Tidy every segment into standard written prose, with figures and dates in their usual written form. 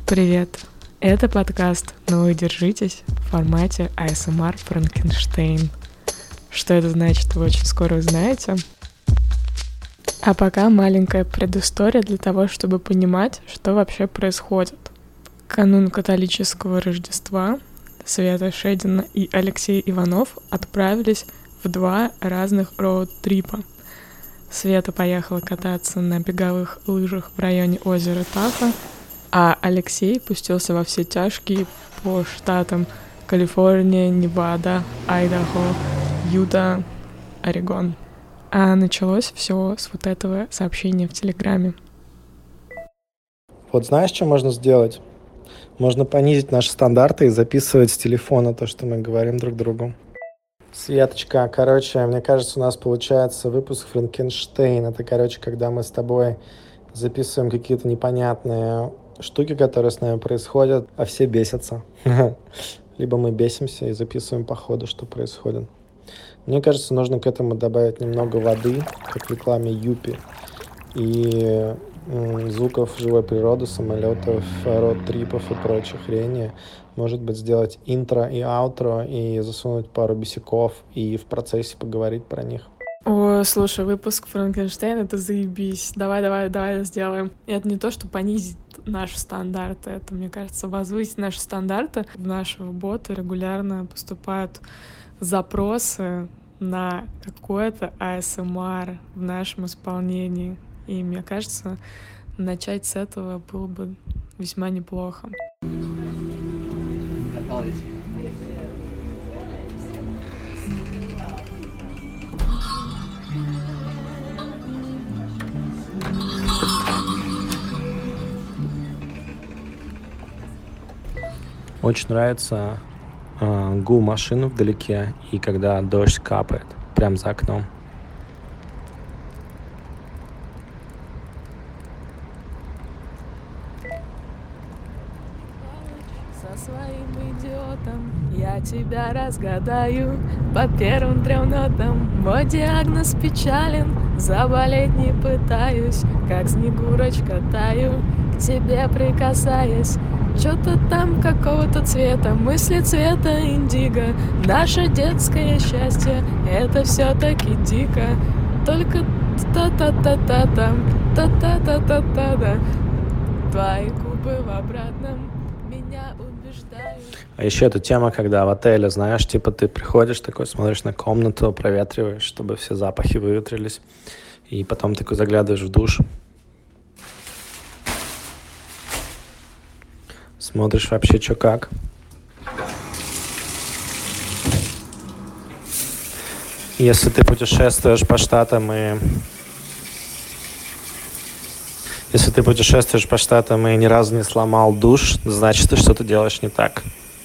Привет! Это подкаст «Ну вы держитесь» в формате ASMR Франкенштейн. Что это значит, вы очень скоро узнаете. А пока маленькая предыстория для того, чтобы понимать, что вообще происходит. Канун католического Рождества Света Шедина и Алексей Иванов отправились в 2 разных роуд-трипа. Света поехала кататься на беговых лыжах в районе озера Таха, а Алексей пустился во все тяжкие по штатам Калифорния, Невада, Айдахо, Юта, Орегон. А началось все с вот этого сообщения в Телеграме. Вот знаешь, что можно сделать? Можно понизить наши стандарты и записывать с телефона то, что мы говорим друг другу. Светочка, мне кажется, у нас получается выпуск Франкенштейн. Это, когда мы с тобой записываем какие-то непонятные штуки, которые с нами происходят, а все бесятся. Либо мы бесимся и записываем по ходу, что происходит. Мне кажется, нужно к этому добавить немного воды, как в рекламе Юпи, и звуков живой природы, самолетов, роуд-трипов и прочей хрени. Может быть, сделать интро и аутро и засунуть пару бесяков и в процессе поговорить про них. О, слушай, выпуск Франкенштейн — это заебись. Давай сделаем. И это не то, что понизить наши стандарты, это, мне кажется, возвысить наши стандарты. В нашего бота регулярно поступают запросы на какое-то ASMR в нашем исполнении. И мне кажется, начать с этого было бы весьма неплохо. Очень нравится гул машин вдалеке, и когда дождь капает прямо за окном. Со своим идиотом я тебя разгадаю по первым 3 нотам. Мой диагноз печален, заболеть не пытаюсь, как снегурочка таю, к тебе прикасаясь. Что-то там какого-то цвета, мысли цвета индиго. Наше детское счастье, это все-таки дико. Только та-та-та-та-там, та-та-та-та-та-да. Твои губы в обратном меня убеждают. А еще эта тема, когда в отеле, знаешь, типа ты приходишь такой, смотришь на комнату, проветриваешь, чтобы все запахи выветрились, и потом такой заглядываешь в душ, смотришь вообще, что как. Если ты путешествуешь по штатам и ни разу не сломал душ, значит, ты что-то делаешь не так.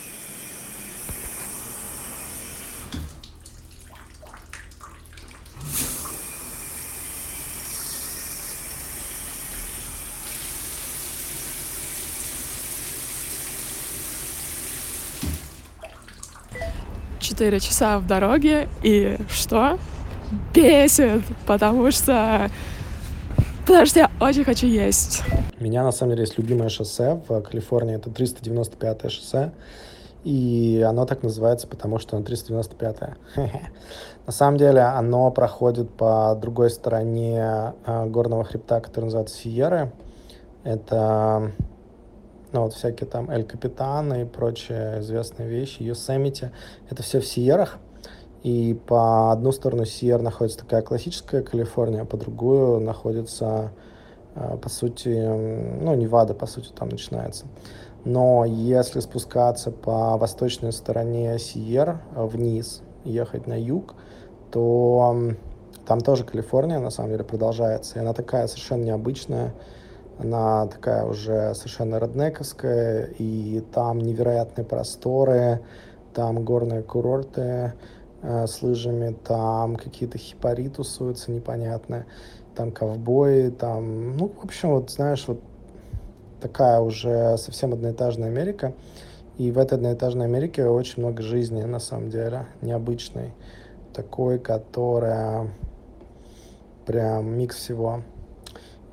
Четыре часа в дороге, и что? Бесит, потому что я очень хочу есть. У меня, на самом деле, есть любимое шоссе в Калифорнии, это 395-е шоссе, и оно так называется, потому что оно 395-е. На самом деле, оно проходит по другой стороне горного хребта, который называется Сиерры. Это всякие там Эль Капитан и прочие известные вещи, Йосемити. Это все в Сиеррах. И по одну сторону Сиерр находится такая классическая Калифорния, а по другую находится, по сути, Невада, по сути, там начинается. Но если спускаться по восточной стороне Сиерр вниз, ехать на юг, то там тоже Калифорния, на самом деле, продолжается. И она такая совершенно необычная, она такая уже совершенно реднековская, и там невероятные просторы, там горные курорты с лыжами, там какие-то хипари тусуются непонятные, там ковбои, там, в общем, знаешь, такая уже совсем одноэтажная Америка. И в этой одноэтажной Америке очень много жизни, на самом деле, необычной, такой, которая прям микс всего.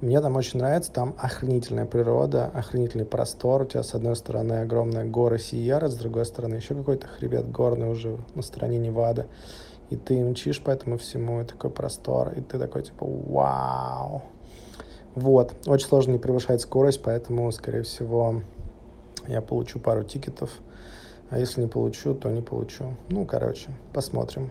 Мне там очень нравится, там охренительная природа, охренительный простор. У тебя с одной стороны огромные горы Сиерра, с другой стороны еще какой-то хребет горный уже на стороне Невады. И ты мчишь по этому всему, и такой простор, и ты такой типа вау. Вот, очень сложно не превышать скорость, поэтому, скорее всего, я получу пару тикетов. А если не получу, то не получу. Ну, короче, посмотрим.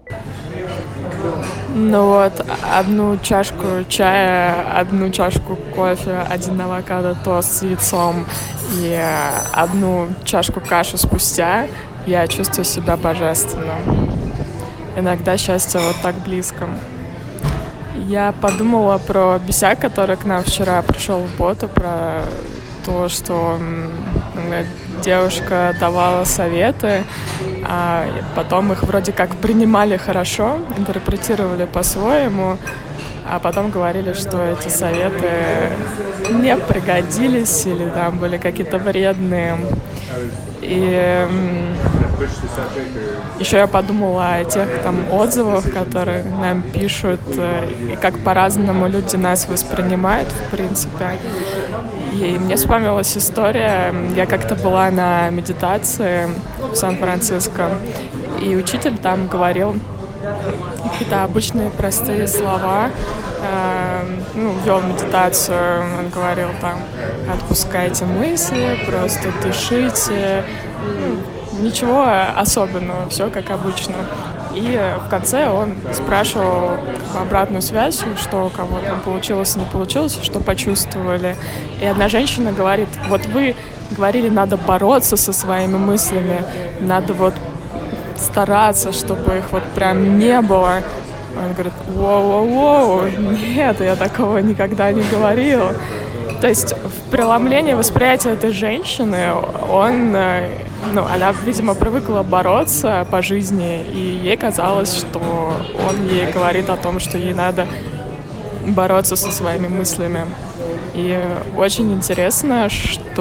Ну вот, одну чашку чая, одну чашку кофе, один авокадо тост с яйцом и одну чашку каши спустя я чувствую себя божественно. Иногда счастье вот так близко. Я подумала про Бися, который к нам вчера пришел в боту, про то, что девушка давала советы, а потом их вроде как принимали хорошо, интерпретировали по-своему, а потом говорили, что эти советы не пригодились или там были какие-то вредные. И еще я подумала о тех там отзывах, которые нам пишут, и как по-разному люди нас воспринимают, в принципе. И мне вспомнилась история. Я как-то была на медитации в Сан-Франциско, и учитель там говорил какие-то обычные простые слова. Вел медитацию, он говорил там: отпускайте мысли, просто дышите. Ничего особенного, все как обычно. И в конце он спрашивал обратную связь, что у кого там получилось, не получилось, что почувствовали. И одна женщина говорит: вот вы говорили, надо бороться со своими мыслями, надо вот стараться, чтобы их вот прям не было. Он говорит: воу-воу-воу, нет, я такого никогда не говорил. То есть в преломлении восприятия этой женщины она, видимо, привыкла бороться по жизни, и ей казалось, что он ей говорит о том, что ей надо бороться со своими мыслями. И очень интересно,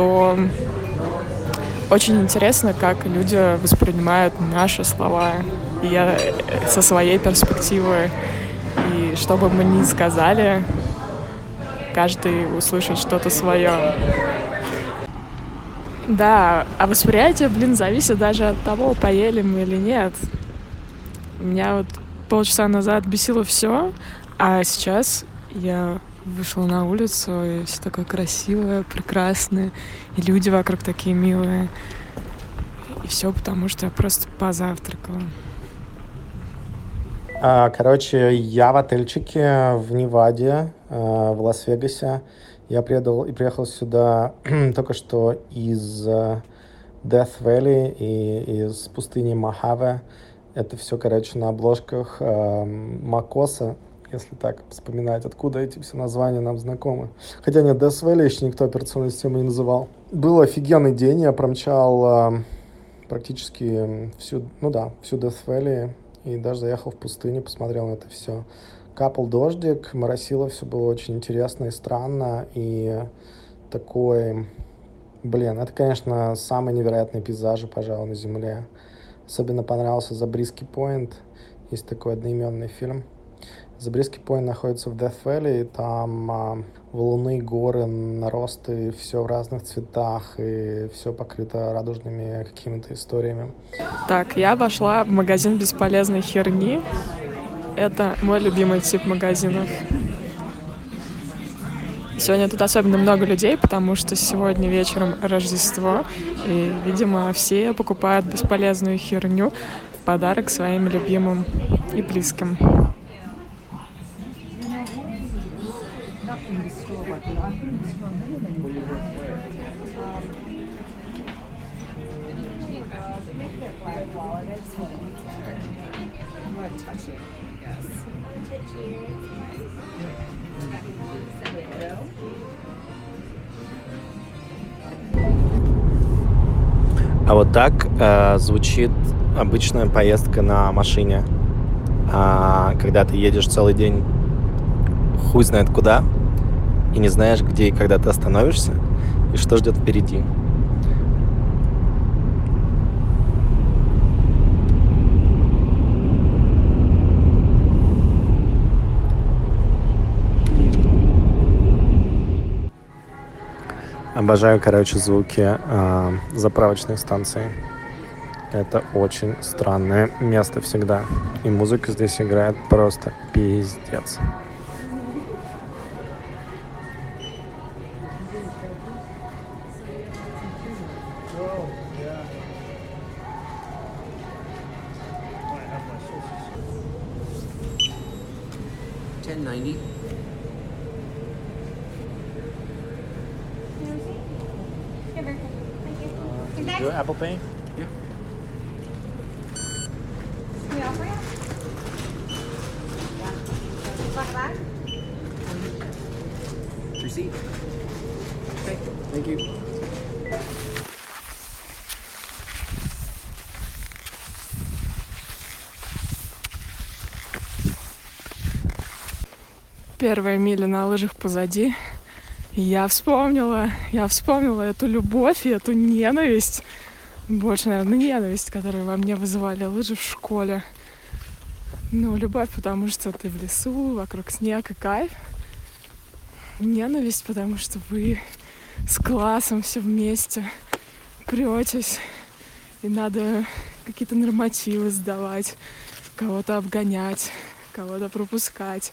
как люди воспринимают наши слова. И я со своей перспективы, и что бы мы ни сказали, каждый услышит что-то свое. Да, а восприятие, зависит даже от того, поели мы или нет. Меня вот полчаса назад бесило все, а сейчас я вышла на улицу, и все такое красивое, прекрасное, и люди вокруг такие милые. И все потому, что я просто позавтракала. Короче, я в отельчике в Неваде, в Лас-Вегасе. Я приехал сюда только что из Death Valley и из пустыни Мохаве. Это все, на обложках Макоса, если так вспоминать, откуда эти все названия нам знакомы. Хотя нет, Death Valley еще никто операционной системой не называл. Был офигенный день, я промчал практически всю Death Valley и даже заехал в пустыню, посмотрел на это все. Капал дождик, моросило, все было очень интересно и странно, и такой, это, конечно, самые невероятные пейзажи, пожалуй, на Земле. Особенно понравился Забриски Пойнт, есть такой одноименный фильм. Забриски Пойнт находится в Death Valley, и там валуны, горы, наросты, все в разных цветах, и все покрыто радужными какими-то историями. Так, я вошла в магазин бесполезной херни. Это мой любимый тип магазинов. Сегодня тут особенно много людей, потому что сегодня вечером Рождество, и, видимо, все покупают бесполезную херню в подарок своим любимым и близким. А вот так звучит обычная поездка на машине, когда ты едешь целый день хуй знает куда, и не знаешь, где и когда ты остановишься, и что ждет впереди. Обожаю, короче, звуки заправочной станции. Это очень странное место всегда. И музыка здесь играет просто пиздец. $10.90. Do Apple Pay? Yeah. Receipt. Okay, thank you. Первая миля на лыжах позади. И я вспомнила эту любовь и эту ненависть. Больше, наверное, ненависть, которую во мне вызывали лыжи в школе. Ну, любовь, потому что ты в лесу, вокруг снег и кайф. Ненависть, потому что вы с классом все вместе претесь. И надо какие-то нормативы сдавать, кого-то обгонять, кого-то пропускать.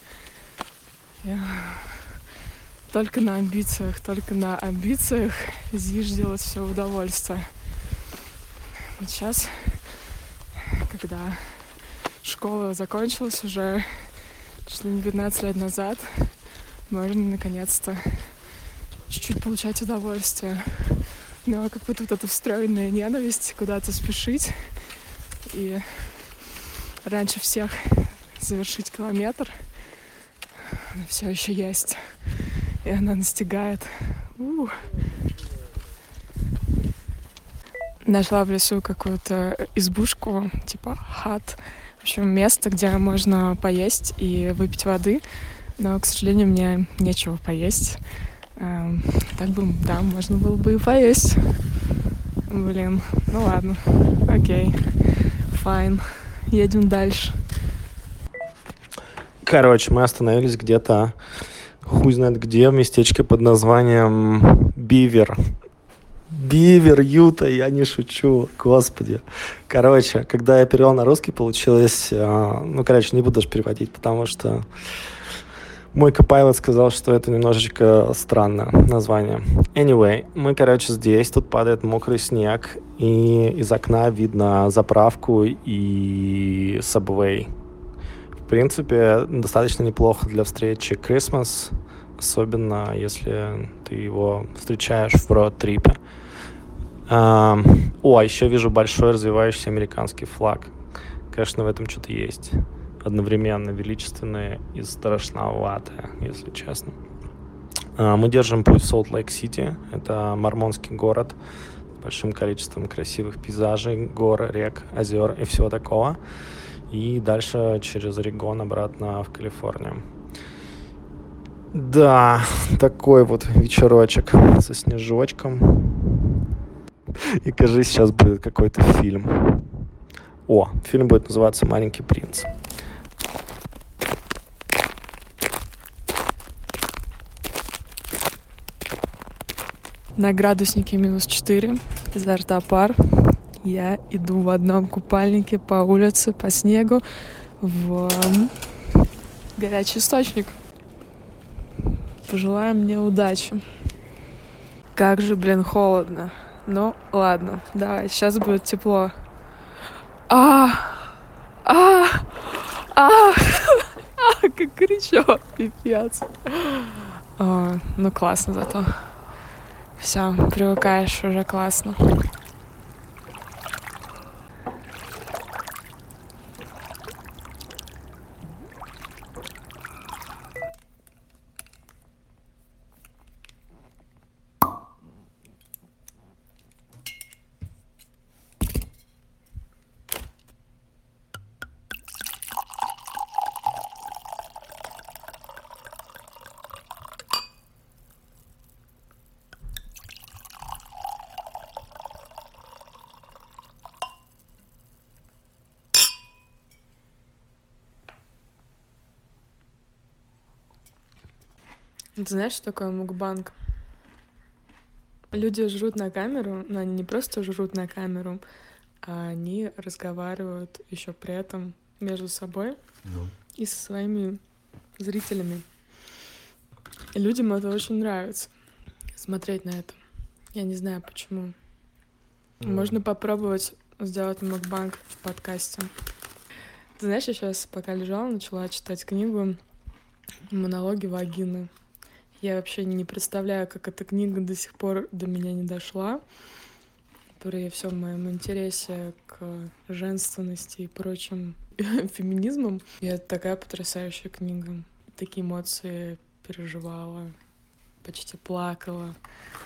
Только на амбициях зиждилось все удовольствие. Вот сейчас, когда школа закончилась уже чуть ли не 15 лет назад, можно наконец-то чуть-чуть получать удовольствие. Но как будто вот эта встроенная ненависть куда-то спешить и раньше всех завершить километр, она все еще есть. И она настигает. Нашла в лесу какую-то избушку, типа хат. В общем, место, где можно поесть и выпить воды. Но, к сожалению, мне нечего поесть. Так бы, да, можно было бы и поесть. Блин, ну ладно. Окей. Файн. Едем дальше. Короче, мы остановились где-то, хуй знает где, в местечке под названием Бивер. Бивер, Юта, я не шучу, господи. Короче, когда я перевел на русский, получилось... не буду даже переводить, потому что мой Copilot сказал, что это немножечко странное название. Anyway, мы, здесь, тут падает мокрый снег, и из окна видно заправку и Subway. В принципе, достаточно неплохо для встречи Christmas, особенно если ты его встречаешь в роуд-трипе. Еще вижу большой развивающийся американский флаг. Конечно, в этом что-то есть. Одновременно величественное и страшноватое, если честно. Мы держим путь в Солт-Лейк-Сити. Это мормонский город с большим количеством красивых пейзажей, гор, рек, озер и всего такого. И дальше через Орегон обратно в Калифорнию. Да, такой вот вечерочек со снежочком. И, кажется, сейчас будет какой-то фильм. Фильм будет называться «Маленький принц». На градуснике -4, изо рта пар. Я иду в одном купальнике по улице, по снегу, в горячий источник. Пожелаю мне удачи. Как же, холодно. Ну, ладно, давай, сейчас будет тепло. Как горячо, пипец. Ну, классно зато. Все, привыкаешь, уже классно. Ты знаешь, что такое мукбанг? Люди жрут на камеру, но они не просто жрут на камеру, а они разговаривают еще при этом между собой и со своими зрителями. И людям это очень нравится, смотреть на это. Я не знаю, почему. Можно попробовать сделать мукбанг в подкасте. Ты знаешь, я сейчас, пока лежала, начала читать книгу «Монологи вагины». Я вообще не представляю, как эта книга до сих пор до меня не дошла. При всем моем интересе к женственности и прочим феминизмам. И это такая потрясающая книга. Такие эмоции переживала, почти плакала.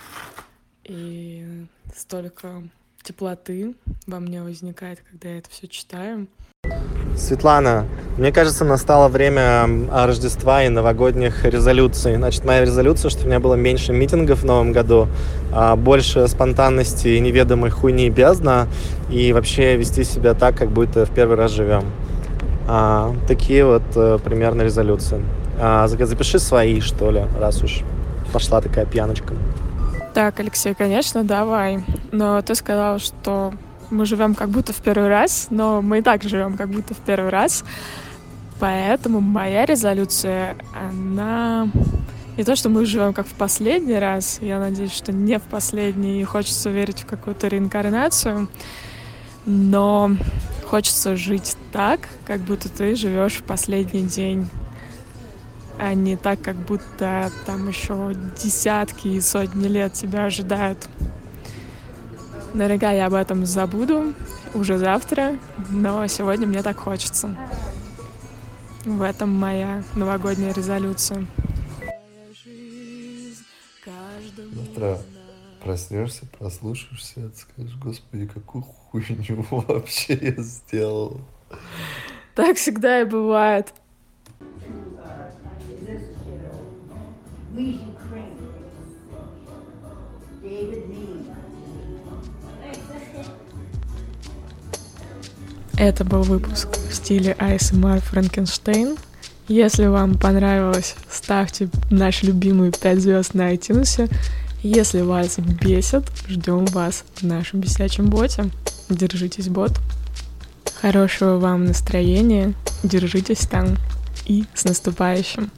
И столько теплоты во мне возникает, когда я это все читаю. Светлана, мне кажется, настало время Рождества и новогодних резолюций. Значит, моя резолюция, что у меня было меньше митингов в новом году, больше спонтанности и неведомой хуйни и бездна, и вообще вести себя так, как будто в первый раз живем. Такие вот примерно резолюции. Запиши свои, что ли, раз уж пошла такая пьяночка. Так, Алексей, конечно, давай. Но ты сказал, что мы живем как будто в первый раз, но мы и так живем как будто в первый раз. Поэтому моя резолюция, она не то, что мы живем как в последний раз, я надеюсь, что не в последний, и хочется верить в какую-то реинкарнацию, но хочется жить так, как будто ты живешь в последний день, а не так, как будто там еще десятки и сотни лет тебя ожидают. Наверняка я об этом забуду уже завтра, но сегодня мне так хочется. В этом моя новогодняя резолюция. Завтра проснешься, прослушаешься, скажешь: господи, какую хуйню вообще я сделал. Так всегда и бывает. Это был выпуск в стиле ASMR Франкенштейн. Если вам понравилось, ставьте наши любимые 5 звезд на iTunes. Если вас бесит, ждем вас в нашем бесячем боте. Держитесь, бот. Хорошего вам настроения, держитесь там и с наступающим.